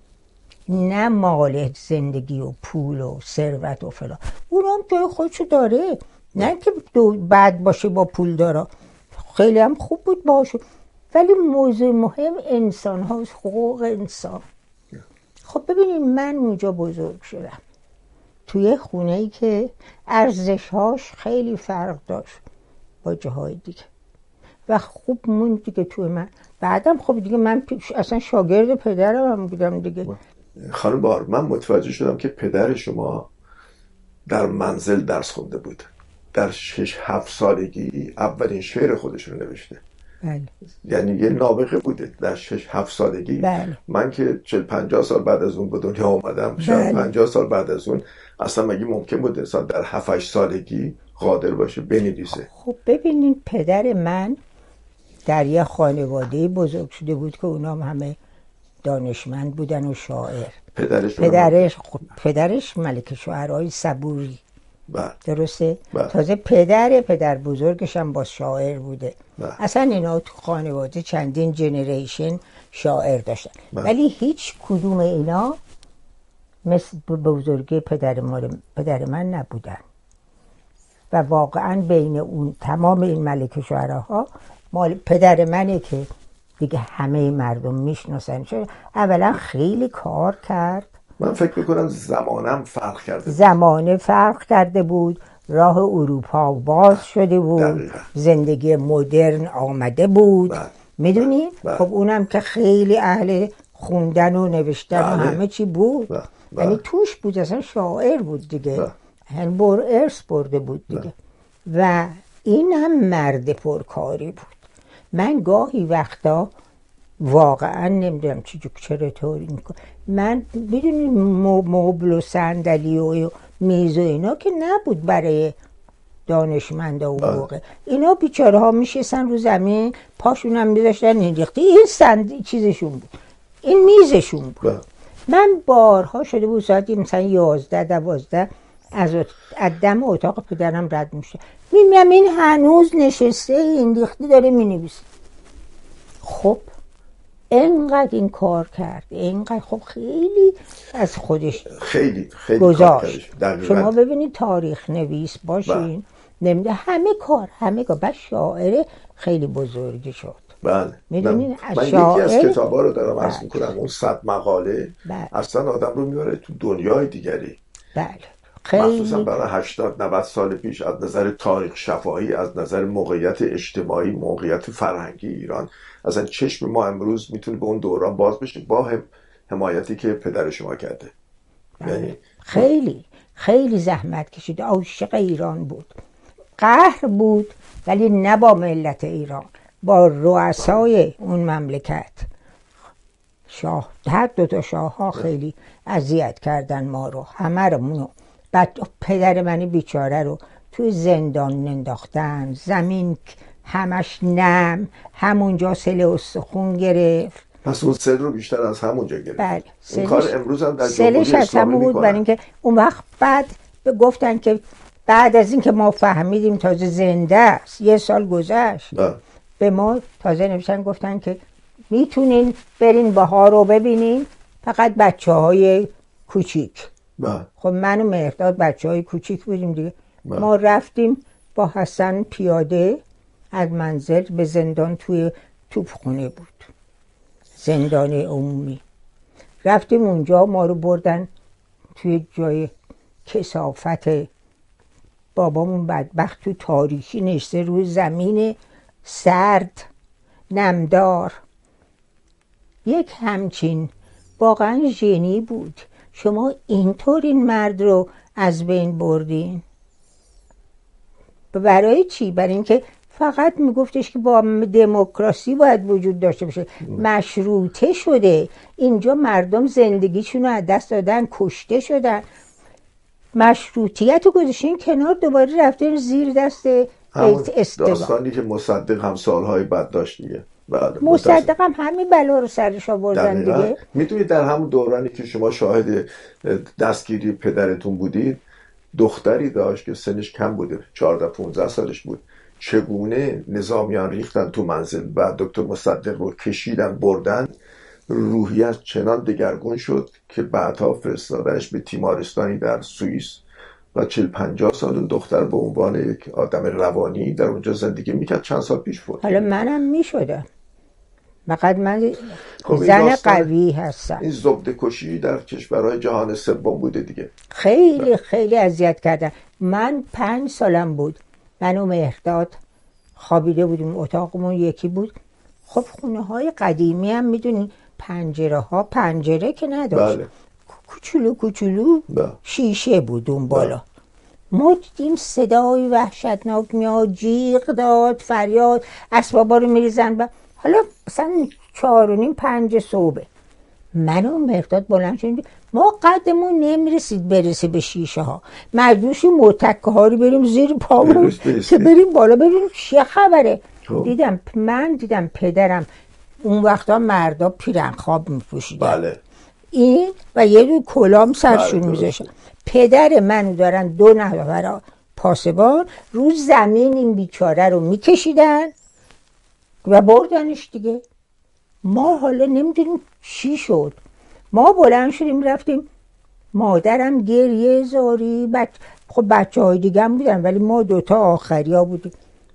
نه مال زندگی و پول و ثروت و فلان. اون هم جای خودشو داره، نه که بد باشه با پول داره، خیلی هم خوب بود باشه، ولی موضوع مهم انسان هاست، حقوق انسان. خب ببینید من اونجا بزرگ شدم توی خونه‌ای که ارزش‌هاش خیلی فرق داشت با جاهای دیگه و خوب موند دیگه توی من. بعدم خب دیگه من اصلا شاگرد پدرم هم بودم دیگه. خانم بهار، من متوجه شدم که پدر شما در منزل درس خونده بود. در 6-7 سالگی اولین شعر خودش رو نوشته. بله. یعنی یه نابغه بوده در 6-7 سالگی. بله. من که 40-50 سال بعد از اون به دنیا آمدم، شاید 50 سال بعد از اون اصلا مگه ممکن بود انسان در 7-8 سالگی قادر باشه بنویسه؟ خب ببینید پدر من در یه خانواده بزرگ شده بود که اونام همه دانشمند بودن و شاعر. پدرش ملک شعرهای صبوری. درسته؟ تازه پدر بزرگش هم با شاعر بوده. اصلا اینا تو خانواده چندین جنریشن شاعر داشتن. ولی هیچ کدوم اینا مثل بزرگی پدر من نبودن و واقعا بین اون تمام این ملک شعراها مال پدر منه که دیگه همه مردم میشناسن. چون اولا خیلی کار کرد. من فکر میکنم زمانم فرق کرده بود. زمانه فرق کرده بود، راه اروپا باز شده بود. دقیقا. زندگی مدرن آمده بود. میدونی؟ خب اونم که خیلی اهل خوندن و نوشتن و همه چی بود. یعنی توش بود، اصلا شاعر بود دیگه. ارث برده بود دیگه. و این هم مرد پرکاری بود. من گاهی وقتا واقعا نمیدونم چرا طوری میکنه. من بدونی مبل و صندلی و میز و اینا که نبود برای دانشمندا اون موقع. اینا بیچاره ها میشستن رو زمین، پاشون هم میذاشتن اینریختی. این چیزشون بود، این میزشون بود. من بارها شده بود ساعتی مثلا 11-12 از دم اتاق پدرم رد میشه، میبینم این هنوز نشسته این ریختی داره مینویسه. خب اینقدر این کار کرد، اینقدر خب خیلی از خودش خیلی گذاشت. شما ببینید تاریخ نویس باشین، نمیده همه کار بعد شاعر خیلی بزرگی شد. بله. میدونین من یکی از کتابا رو دارم عرض میکنم، اون 100 مقاله اصلا آدم رو میبره تو دنیای دیگری. بله مخصوصا برای 80-90 سال پیش از نظر تاریخ شفاهی، از نظر موقعیت اجتماعی، موقعیت فرهنگی ایران، اصلا چشم ما امروز میتونه به اون دوران باز بشه با حمایتی که پدر شما کرده. یعنی خیلی خیلی زحمت کشید، عاشق ایران بود، قهر بود ولی نه با ملت ایران، با رؤسای اون مملکت. شاه، هر دو تا شاه ها خیلی اذیت کردن ما رو، همه رو. بعد پدر من بیچاره رو توی زندان انداختن، زمین همش نم، همونجا سل استخون گرفت. پس اون سل رو بیشتر از همونجا گرفت. بله، این کار امروز هم در جمهوری اسلامی بود. برای اینکه اون وقت بعد گفتن که بعد از اینکه ما فهمیدیم تازه زنده است، 1 سال گذشت، به ما تازه نوشتن گفتن که میتونین برین بهار رو ببینین، فقط بچه‌های کوچیک. خب من و مهرداد بچه‌های کوچیک بودیم دیگه. ما رفتیم با حسن پیاده از منزل به زندان، توی توپخونه بود، زندان عمومی. رفتیم اونجا، ما رو بردن توی جای کثافت. بابامون بدبخت تو تاریکی نشسته روی زمین سرد نمدار. یک همچین واقعا ژنی بود. شما اینطور این مرد رو از بین بردین. برای چی؟ برای اینکه فقط میگفتش که با دموکراسی باید وجود داشته باشه. مشروطه شده اینجا، مردم زندگیشون رو از دست دادن، کشته شدن. مشروطیت رو گذاشتین کنار، دوباره رفتین زیر دست استقلال. داستانی که مصدق هم سالهای بعد داشت دیگه. مصدق هم همین بلا رو سرش آوردن دیگه. میدونید در همون دورانی که شما شاهد دستگیری پدرتون بودید، دختری داشت که سنش کم بوده، 14-15 سالش بود. چگونه نظامیان ریختن تو منزل و دکتر مصدق رو کشیدن بردن، روحیش چنان دگرگون شد که بعدها فرستادنش به تیمارستانی در سوئیس و 40-50 سال اون دختر به عنوان یک آدم روانی در اونجا زندگی میکرد. چند سال پیش فوت. حالا منم میشدم، فقط من زن قوی هستم. این زبده کشی در کشورهای جهان سوم بوده دیگه. خیلی خیلی اذیت کردن. من 5 سالم بود، من و مهرداد خوابیده بودیم، اتاقمون یکی بود. خب خونه های قدیمی هم میدونی پنجره ها پنجره که نداشت. بله. کوچولو کوچولو شیشه بود اون بالا. ما دیدیم صدای وحشتناک میاد، جیغ داد، فریاد، اسبابا رو میریزن. حالا مثلا 4:30-5 صبح من و مهرداد بلند شدیم، ما قدمون نمیرسید برسه به شیشه ها، مجبور شدیم متکه ها رو بریم زیر پامون که بریم بالا ببینیم چه خبره. دیدم پدرم اون وقتا مردا پیرنخواب میپوشیدن، بله، این و یه دو کلام سرشون میذاشتن. پدر منو دارن 2 نفر پاسبان رو زمین این بیچاره رو میکشیدن و بردنش دیگه. ما حالا نمیدونیم چی شد. ما بلند شدیم رفتیم، مادرم گریه زاری، خب بچه های دیگه هم بودن ولی ما 2 تا آخری ها بودیم.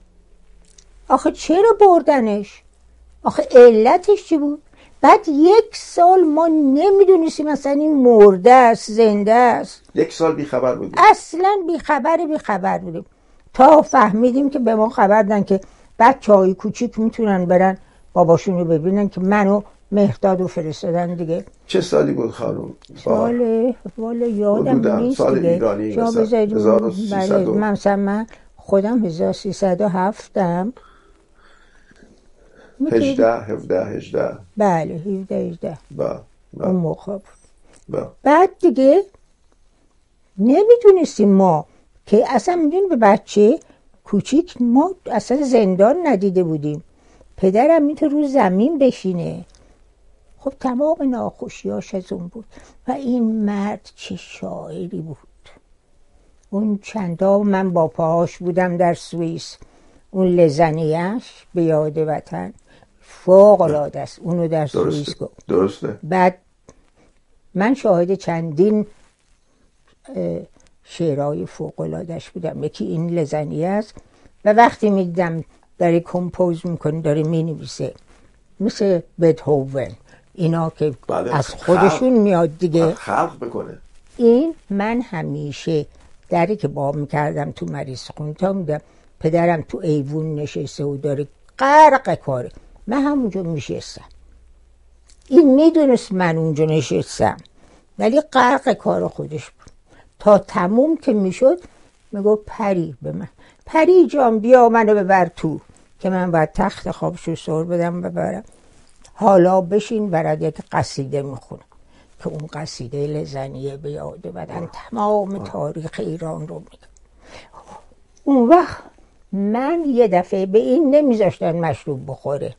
آخه چرا بردنش؟ آخه علتش چی بود؟ بعد 1 سال ما نمیدونستیم مثلا این مرده است زنده است. 1 سال بیخبر بودیم، اصلا بیخبر بودیم تا فهمیدیم که به ما خبر دادن که بچه های کوچیک میتونن برن باباشون رو ببینن، که منو مهرداد رو فرستادن دیگه. چه سالی بود خانم؟ والا یادم نیست سال دیگه. ایرانی مثلا من خودم 1307م. 18. بله 17-18 اون موقع بود. بعد دیگه نمیدونستیم ما که اصلا میدونیم به بچه کوچیک ما اصلا زندان ندیده بودیم. پدرم میتونه رو زمین بشینه. خب تمام ناخوشیاش از اون بود. و این مرد چه شاعری بود. اون چندا من با پاهاش بودم در سوئیس، اون لزنیش به یاد وطن فوق العاده است. اونو در سوئیس گفت. درسته. بعد من شاهد چندین شعرهای فوق العاده‌اش بودم. یکی این لزنیه است و وقتی میدیدم داره کمپوز میکنه، داره مینویسه مثل بتهوون اینا که از خودشون میاد دیگه، خلق بکنه. این من همیشه دری که با میکردم تو مریض خون تا میدم پدرم تو ایوون نشسته و داره غرق کاره، من همونجا میشستم. این میدونست من اونجا نشستم ولی غرق کار خودش بود. تا تموم که میشد میگو پری به من، پری جان بیا منو ببر تو، که من باید تخت خوابشو سر بدم ببرم. حالا بشین برات یک قصیده میخونم که اون قصیده لزنیه به یاد بدن تمام تاریخ ایران رو میگم. اون وقت من یه دفعه به این نمیذاشتن مشروب بخوره.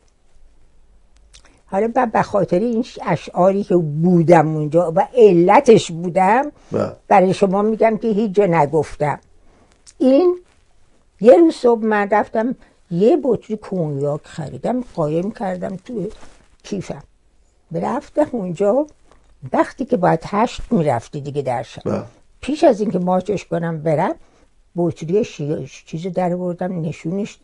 حالا به خاطر این اشعاری که بودم اونجا و علتش بودم برای شما میگم که هیچ جا نگفتم. این یه روز صبح من رفتم یه بطری کنیاک خریدم قایم کردم تو کیفم، رفتم اونجا. وقتی که باید 8 میرفتی دیگه در شب، پیش از اینکه ماچش کنم برم بطری چیزو در بردم نشونش،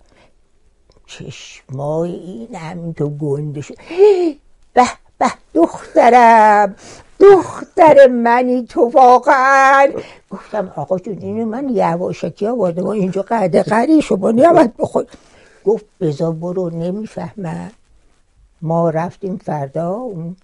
چشمای این همین تو گنده شد. به به دخترم، دختر منی تو واقعا. گفتم آقا جون اینو من یواشکی آورده و اینجا قدقری شما نباید بخور. گفت بذار برو نمیفهمم. ما رفتیم فردا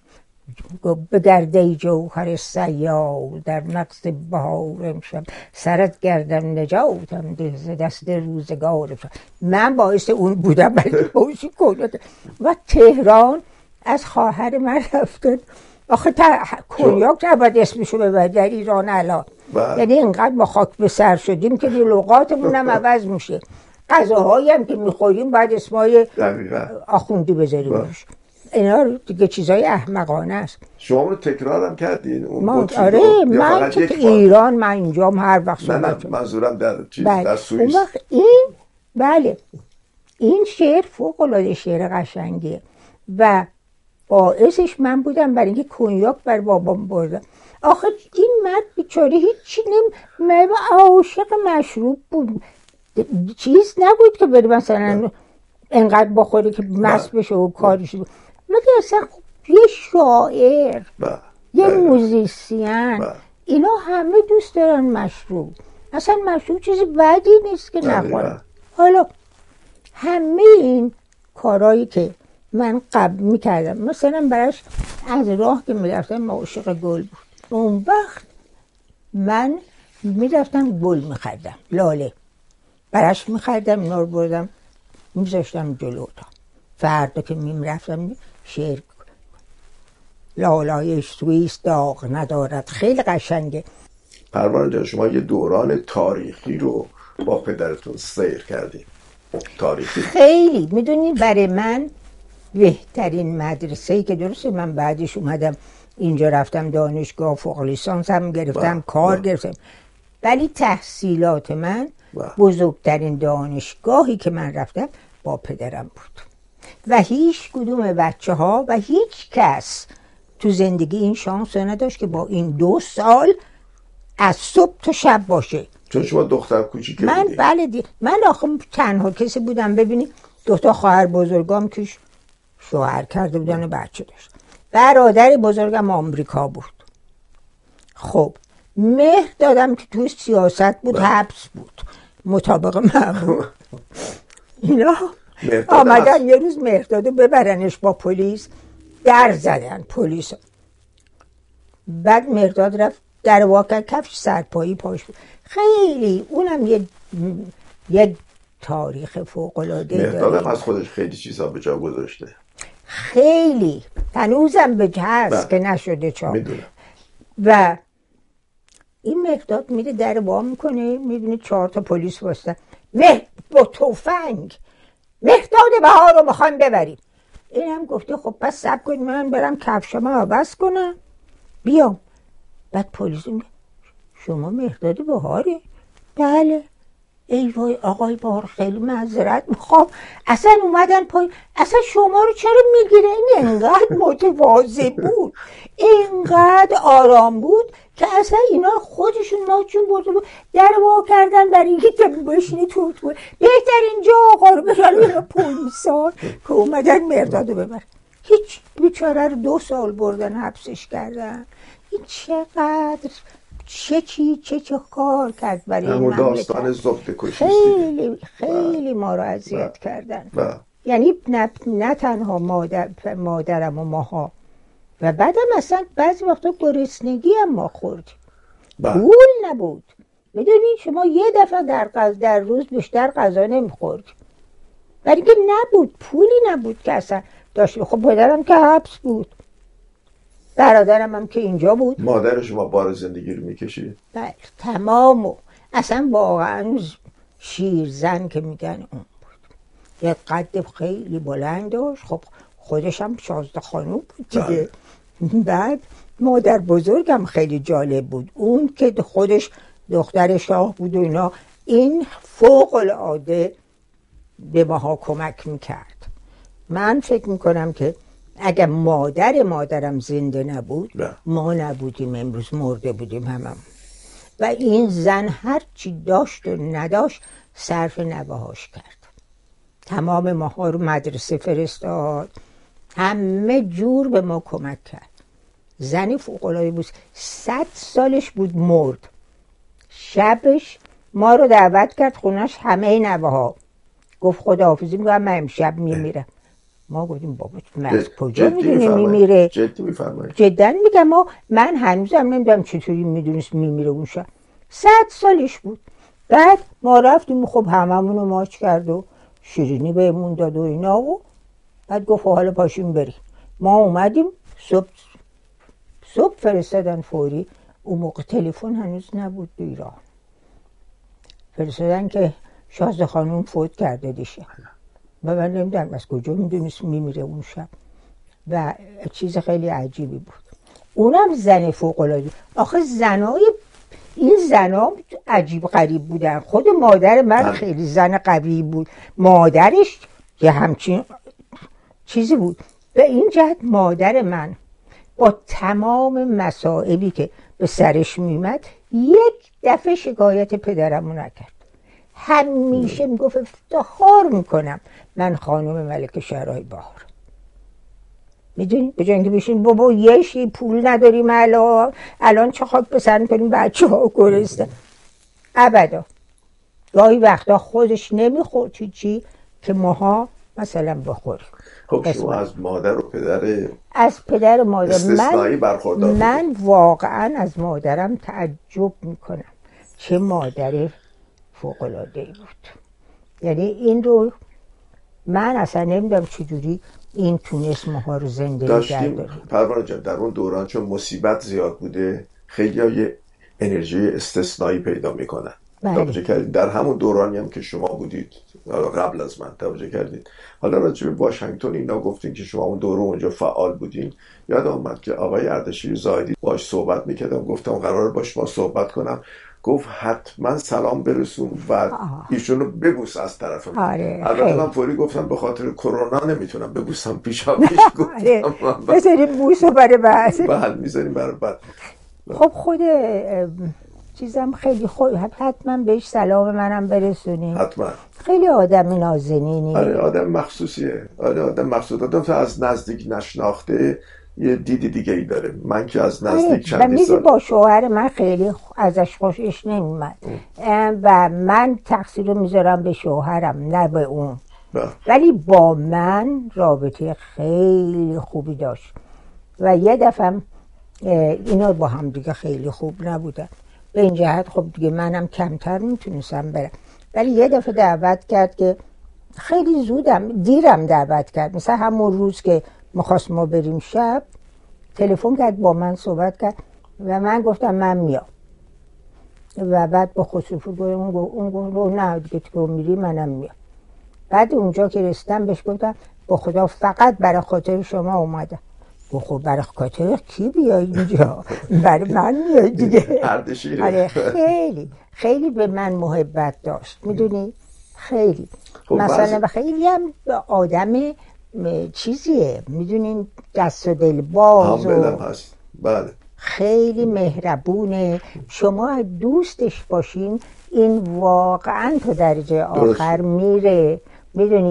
به گرده جوهر سیاه در نقص بهار امشب سرت گردم نجاتم ده ز دست روزگار. من باعث اون بودم برای باشی کنید. و تهران از خواهر من رفتن. آخه کنیاک نباید اسمشو ببرد در ایران الان، یعنی اینقدر ما خاک به سر شدیم که لغاتمون هم عوض میشه. غذاهایی هم که میخوریم باید اسمای آخوندی بذاریم. اینا دیگه چیزای احمقانه است. شما رو تکرار هم کردین اون آره من تو ایران من اینجا هر وقت صحبت منظورم در چیز در سوئیس. اون وقت این بله این شعر فوق العاده شعر قشنگیه و باعثش من بودم برای اینکه کنیاک بر بابام بردم. آخه این مرد بیچاره هیچی عاشق مشروب بود، چیز نبود که بره مثلا انقدر بخوره که مست بشه و کارش بود. مگه اصلا یه شاعر یه موزیسین اینا همه دوست دارن مشروب. اصلا مشروب چیز بدی نیست که نخورن. حالا همه این کارهایی که من قبل میکردم، مثلا براش از راه که میرفتم عاشق گل بود، اون وقت من میرفتم گل میخریدم، لاله براش میخریدم، اینا رو بردم میذاشتم جلو تا فردا که میرفتم شعر لالای سوئیس داغ ندارد. خیلی قشنگه. پروانه جان شما یه دوران تاریخی رو با پدرتون سیر کردید. تاریخی خیلی میدونید برای من بهترین مدرسه‌ای که درسته من بعدش اومدم اینجا رفتم دانشگاه فوق لیسانس هم گرفتم کار گرفتم، ولی تحصیلات من بزرگترین دانشگاهی که من رفتم با پدرم بود و هیچ کدوم بچه ها و هیچ کس تو زندگی این شانس نداشت که با این 2 سال از صبح تا شب باشه. چون شما دختر کوچیکه من بودی. بله من آخه تنها کسی بودم. ببینید 2 تا خواهر بزرگام که شوهر کرده بودن و بچه داشت. برادر بزرگم آمریکا بود. خب مهر دادم که توی سیاست بود حبس بود مطابق معمول. اینا آمدن یه روز مهردادو ببرنش با پلیس، در زدن پلیس. بعد مهرداد رفت در واقع کفش سرپایی پاش بود. خیلی اونم یه تاریخ فوق‌العاده داره. مهرداد از خودش خیلی چیزا به جا گذاشته. خیلی هنوزم به جا هست که نشده چاپ. میدونم. و این مهرداد میره در وا میکنه، میبینه 4 تا پلیس واسطه با تفنگ مهرداد بهار رو میخوایم ببریم. اینم گفته خب پس صبر کنید من برم کفشمو عوض کنم بیام. بعد پلیس میگه شما مهرداد بهاره؟ بله. ای وای آقای بهار خیلی معذرت میخوام، اصلا اومدن پایین، اصلا شما رو چرا میگیره؟ این انقدر متواضع بود، انقدر آرام بود که اصلا اینا خودشون ناچون برده بود در وا کردن برای اینکه بشینی تو بهترین جا آقا رو ببرن. پلیسان که اومدن مهرداد رو ببرن، هیچ بیچاره رو 2 سال بردن حبسش کردن. این چقدر چه کار کرد برای این همون داستان مملکت. زبده کشی خیلی ما رو اذیت کردن. بله. یعنی نه تنها مادرم و ماها، و بعدم اصلا بعضی وقتا گرسنگی هم ما خوردیم. بله. پول نبود. میدونی شما یه دفعه در روز بیشتر غذا نمیخورد، ولی که نبود، پولی نبود که اصلا داشت. خب پدرم که حبس بود، برادرم هم که اینجا بود. مادر شما بار زندگی رو میکشید؟ بله تمامو. اصلا واقعا شیرزن که میگن اون بود. یه قد خیلی بلند داشت. خب خودش هم 16 خانوم بود دیگه. بعد مادر بزرگم خیلی جالب بود، اون که خودش دختر شاه بود و اینا. این فوق العاده به ماها کمک میکرد. من فکر میکنم که اگر مادرم زنده نبود ما نبودیم امروز، مرده بودیم همم. و این زن هر چی داشت و نداشت صرف نوه‌هاش کرد. تمام ماها رو مدرسه فرستاد، همه جور به ما کمک کرد. زنی فوق‌العاده بود. 100 سالش بود مرد. شبش ما رو دعوت کرد خونش، همه نوه‌ها. گفت خداحافظی میگم من امشب میمیرم. ما گفتیم بابا از کجا میدونی میمیره؟ جدی میفرمایید؟ جدا میگم. من هنوزم نمیدونم چطوری میدونست میمیره اون شب. 100 سالش بود. بعد ما رفتیم، خب هممون رو ماچ کرد و شیرینی بهمون داد و اینا، و بعد گفت حالا پاشیم بریم. ما اومدیم، صبح فرستادن فوری. اون موقع تلفن هنوز نبود تو ایران. فرستادن که شازده خانوم فوت کرده دیشب. و من نمیدونم از کجا میدونست میمیره اون شب. و چیز خیلی عجیبی بود. اونم زن فوق‌العاده. آخه این زنا عجیب غریب بودن. خود مادر من خیلی زن قوی بود. مادرش که همچین چیزی بود. به این جهت مادر من با تمام مصائبی که به سرش میمد یک دفعه شکایت پدرمو نکرد. همیشه میگفت افتخار میکنم من خانم ملکه شهرهای بهار. میدونی به جای اینکه بشین بابا یشی پول نداریم الان چه خاک بسن کنیم بچه ها گرسته، ابدا. گاهی وقتا خودش نمیخورد چی که ماها مثلا بخوریم. خب شما از مادر و پدر و مادر استثنایی برخوردار بودید. من واقعا از مادرم تعجب میکنم. چه مادر فوق‌العاده‌ای بود. یعنی این رو من اصلا نمیدونم چجوری این تونست ماها رو زنده داشتیم. پروانه جان در اون دوران چون مصیبت زیاد بوده خیلی ها یه انرژی استثنایی پیدا میکنن. توجه کردید در همون دورانی هم که شما بودید قبل از من توجه کردید. حالا راجع به واشنگتن اینا گفتین که شما اون دوره اونجا فعال بودین. یادم اومد که آقای اردشیر زاهدی باش صحبت میکردم، گفتم قراره با شما صحبت کنم. گفت حتما سلام برسون و ایشونو ببوس از طرف من. البته من فوری گفتم به خاطر کرونا نمیتونم ببوسم پیشا پیش. بذاریم بوسو برای بعد. بله میذاریم برای بعد. خب خود چیزم خیلی حتما بهش سلام منم برسونیم. حتما. خیلی آدم نازنینی. آره آدم مخصوصیه. آدم از نزدیک نشناخته یه دیدی دیگه ای داره. من که از نزدیک چندی سال با شوهر من خیلی ازش خوشش نمیمد و من تقصیر رو میذارم به شوهرم نه به اون. ولی با من رابطه خیلی خوبی داشت و یه دفعه اینا با هم دیگه خیلی خوب نبودن. به این جهت خب دیگه منم کمتر میتونستم برم. ولی یه دفعه دعوت کرد که خیلی دیرم دعوت کرد. مثلا همون روز که میخواست ما بریم شب تلفن کرد با من صحبت کرد و من گفتم من میام. و بعد با خصوصی اون گفت نه دیگه تو میری منم میام. بعد اونجا که رسیدم بهش گفتم با خدا فقط برای خاطر شما اومدم. خب برای خاطر کی بیای اینجا؟ برای من میای دیگه. اردشیره. خیلی خیلی به من محبت داشت میدونی. خیلی مثلا و خیلی هم آدم چیزیه میدونین، دست و دل باز و بله. خیلی مهربونه. شما دوستش باشین این واقعا تا درجه آخر میره میدونین.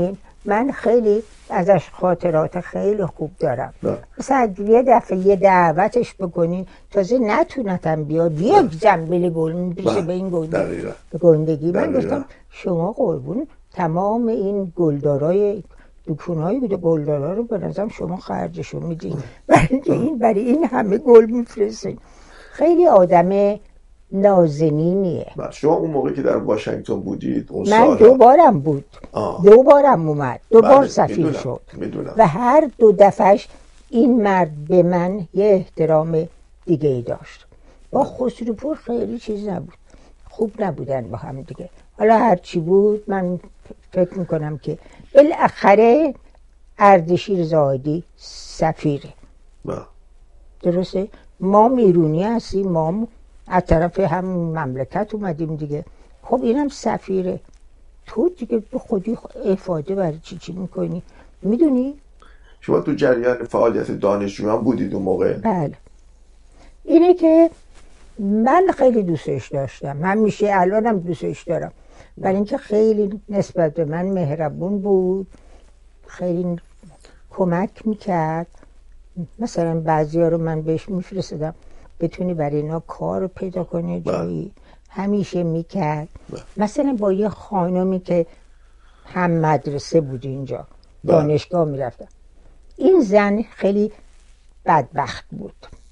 من خیلی ازش خاطرات خیلی خوب دارم. مثلا یه دفعه یه دعوتش بکنین تازه نتونتم بیاد یک جنبیل گل میپیشه به این گندگی. من گفتم شما قربون تمام این گلدارای دکونایی بوده، گلدارا رو به نظرم شما خرجشو میدین برای این همه گل میفرستین. خیلی آدم نازنینیه. شما اون موقع که در واشنگتن بودید اون من 2 بارم بود. 2 بارم اومد، 2 بار سفیر شد و هر 2 دفعش این مرد به من یه احترام دیگه ای داشت. با خسروپور خیلی چیز نبود، خوب نبودن با هم دیگه. حالا هر چی بود من فکر میکنم که بالاخره اردشیر زاهدی سفیره. درسته؟ ما ایرانی هستیم، ما از طرف هم مملکت اومدیم دیگه. خب اینم سفیره، تو دیگه به خودی افاده برای چی میکنی؟ میدونی؟ شما تو جریان فعالیت دانشجو هم بودید اون موقع؟ بله. اینه که من خیلی دوستش داشتم، همیشه الانم دوستش دارم، برای اینکه خیلی نسبت به من مهربون بود، خیلی کمک میکرد. مثلا بعضیا رو من بهش میفرستادم بتونی برای اینا کار پیدا کنی جایی، همیشه میکرد. مثلا با یه خانمی که هم مدرسه بود اینجا، دانشگاه میرفتم، این زن خیلی بدبخت بود،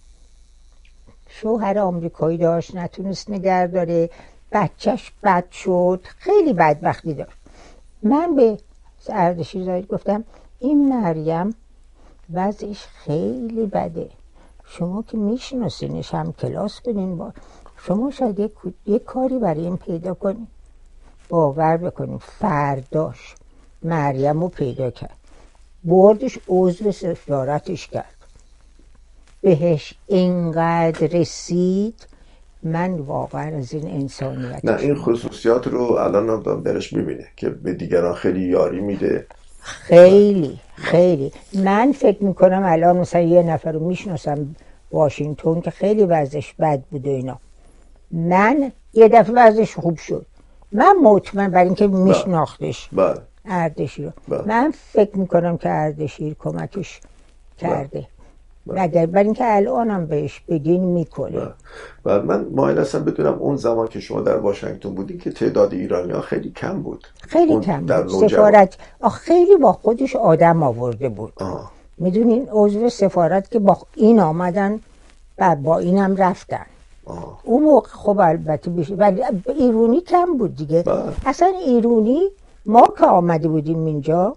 شوهر آمریکایی داشت، نتونست نگه داره، بچهش بد شد، خیلی بدبختی داشت. من به اردشیر زاهدی گفتم این مریم وضعش خیلی بده، شما که میشناسینش، هم کلاس بدین، با شما شاید یک کاری برای این پیدا کنید. باور بکنید فرداش مریم رو پیدا کرد، بردش عضو سفارتش کرد، بهش اینقدر رسید. من واقعا از این انسانیت نه این خصوصیات رو الان برش میبینه که به دیگران خیلی یاری میده. خیلی خیلی من فکر میکنم الان مثلا یه نفر رو میشناسم واشنگتن که خیلی وضعش بد بود و اینا، من یه دفعه وضعش خوب شد، من مطمئن برای اینکه میشناختش اردشیر رو، من فکر میکنم که اردشیر کمکش کرده، مگر برای اینکه الانم بهش بگین میکنه. من مایل هستم بدونم اون زمان که شما در واشنگتن بودین که تعداد ایرانی‌ها خیلی کم بود، خیلی کم بود. سفارت خیلی با خودش آدم آورده بود. میدونین عضو سفارت که با این آمدن و با اینم رفتن. اون موقع خب البته بیشه، ولی ایرانی کم بود دیگه. اصلا ایرانی ما که آمده بودیم اینجا،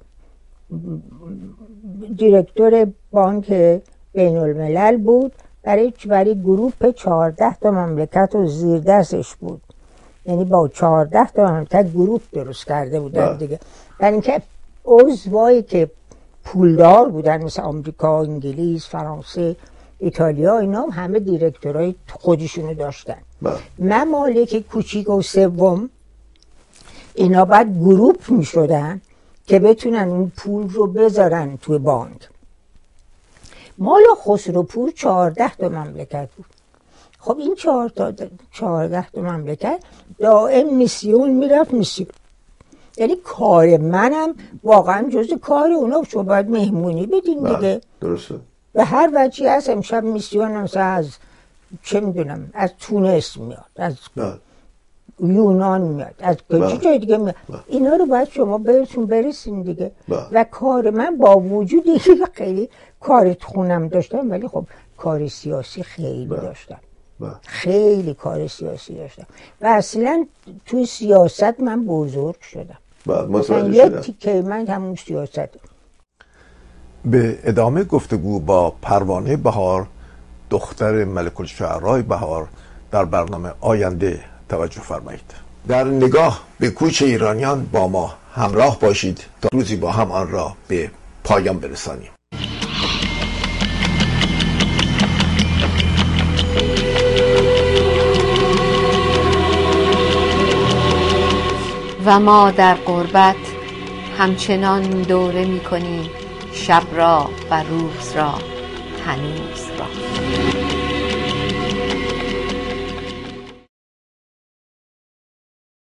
دیرکتور بانک بین الملل بود، برای گروپ 14 تا مملکت و زیر دستش بود، یعنی با 14 تا مملکت گروپ درست کرده بودن دیگه. برای اینکه عضوایی که پولدار بودن مثل آمریکا، انگلیس، فرانسه، ایتالیا، اینا همه دیرکتورای خودشونو داشتن. ممالک کوچیک و سوم اینا بعد گروپ می شدن که بتونن اون پول رو بذارن توی بانک. مال خسروپور 14 تا مملکت بود. خب این 14 تا مملکت دائم میسیون میرفت میسیون، یعنی کار منم واقعا جزء کار اونا، شما باید مهمونی بدین دیگه. درسته. به هر وجهی هست امشب میسیون مثلا از چه میدونم از تونس میاد، از یونان میاد، از کجا جای دیگه میاد. اینا رو باید شما بهتون برسین دیگه. و کار من با وجودی که خیلی کار خونم داشتم، ولی خب کار سیاسی خیلی داشتم، خیلی کار سیاسی داشتم و اصلا توی سیاست من بزرگ شدم. مثلا یک تیکه من همون سیاست. به ادامه گفتگو با پروانه بهار، دختر ملک الشعرای بهار، در برنامه آینده توجه فرمایید. در نگاه به کوچ ایرانیان با ما همراه باشید تا روزی با هم آن را به پایان برسانیم. و ما در غربت همچنان دوره می کنیم شب را و روز را هنوز را.